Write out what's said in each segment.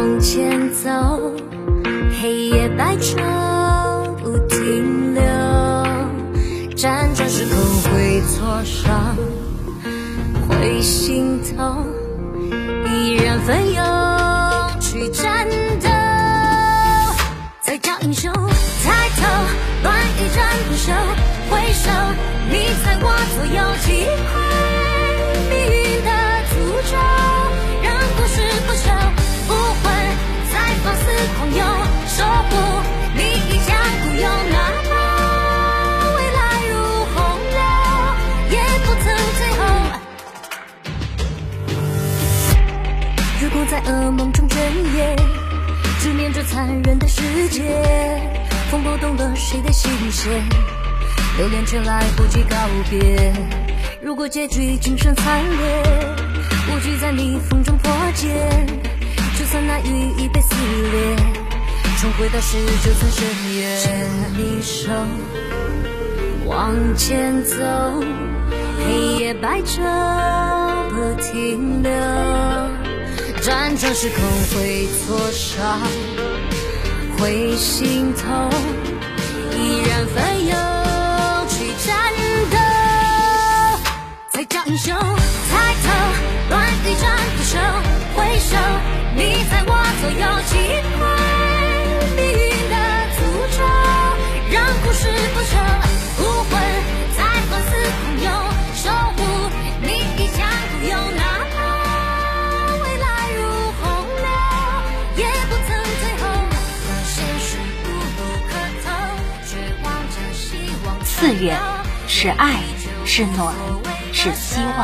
往前走，黑夜白昼不停留，辗转时空会挫伤，会心痛，依然奋勇去战斗。再叫英雄，抬头乱一阵不休，回首你在我左右，击溃命运的诅咒，让故事不朽，不会再放肆狂游，守护你一腔孤勇，哪怕未来如洪流，也不曾退后。如果在噩梦中睁眼，直面这残忍的世界，风波动了谁的心弦，留恋却来不及告别。如果结局精神惨烈，无惧在逆风中破茧，就算那羽翼被撕裂，重回到19寸深渊。牵你手往前走，黑夜白昼不停留，辗转时空会挫伤，会心痛，依然奋勇去战斗。再叫英雄，抬头乱一战不休，回首你在我左右，击溃命运的诅咒，让故事不朽，不会再放肆狂游，守护你一腔孤勇，哪怕未来如洪流，也不曾退后。现实不路可透，绝望着希望。 4月是爱，是暖，是希望。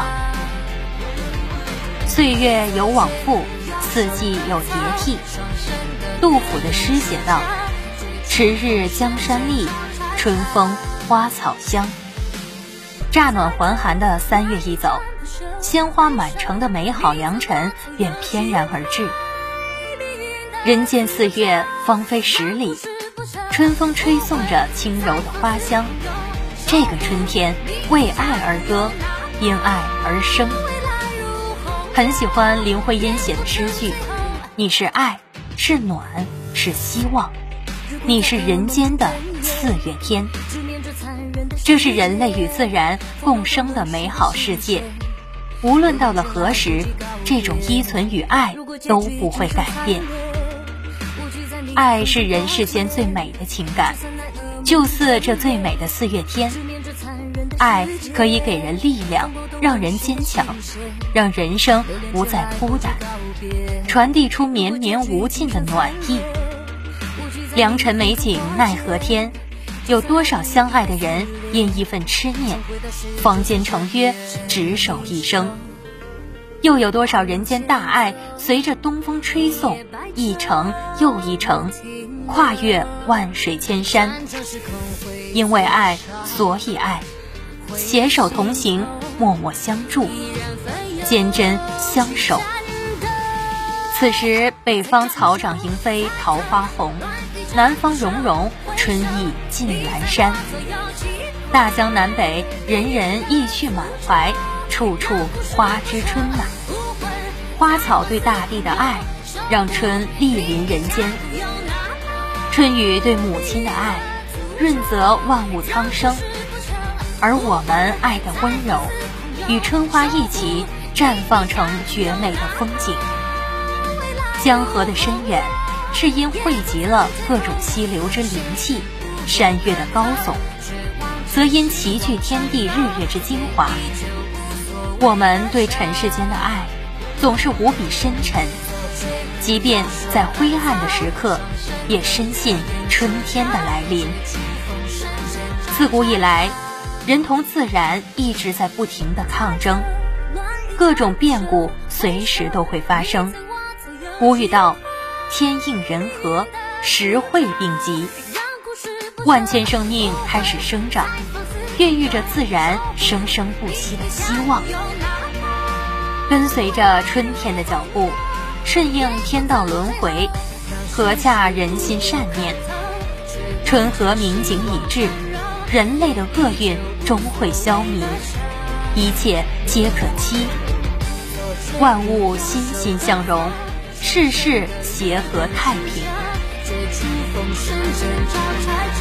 岁月有往复，四季有迭替。杜甫的诗写道：迟日江山丽，春风花草香。乍暖还寒的3月一走，鲜花满城的美好良辰便翩然而至。人间4月芳菲10里，春风吹送着轻柔的花香。这个春天为爱而歌，因爱而生。很喜欢林徽因写的诗句：你是爱，是暖，是希望，你是人间的4月天。这是人类与自然共生的美好世界，无论到了何时，这种依存与爱都不会改变。爱是人世间最美的情感，就似这最美的4月天。爱可以给人力量，让人坚强，让人生不再孤单，传递出绵绵无尽的暖意。良辰美景奈何天，有多少相爱的人因一份痴念，坊间成约，执手一生。又有多少人间大爱随着东风吹送，一程又一程，跨越万水千山。因为爱，所以爱，携手同行，默默相助，坚贞相守。此时北方草长莺飞桃花红，南方融融春意尽阑珊。大江南北，人人意趣满怀，处处花枝春满。花草对大地的爱，让春莅临人间。春雨对母亲的爱，润泽万物苍生。而我们爱的温柔，与春花一起绽放成绝美的风景。江河的深远，是因汇集了各种溪流之灵气，山岳的高耸，则因齐聚天地日月之精华。我们对尘世间的爱，总是无比深沉，即便在灰暗的时刻，也深信春天的来临。自古以来，人同自然一直在不停地抗争，各种变故随时都会发生。古语道：天应人和，时会并济。万千生命开始生长，孕育着自然生生不息的希望。跟随着春天的脚步，顺应天道轮回，合洽人心善念。春和明景已至，人类的厄运终会消弭，一切皆可期。万物欣欣向荣， 世事协和太平。 绝处逢生，正招财。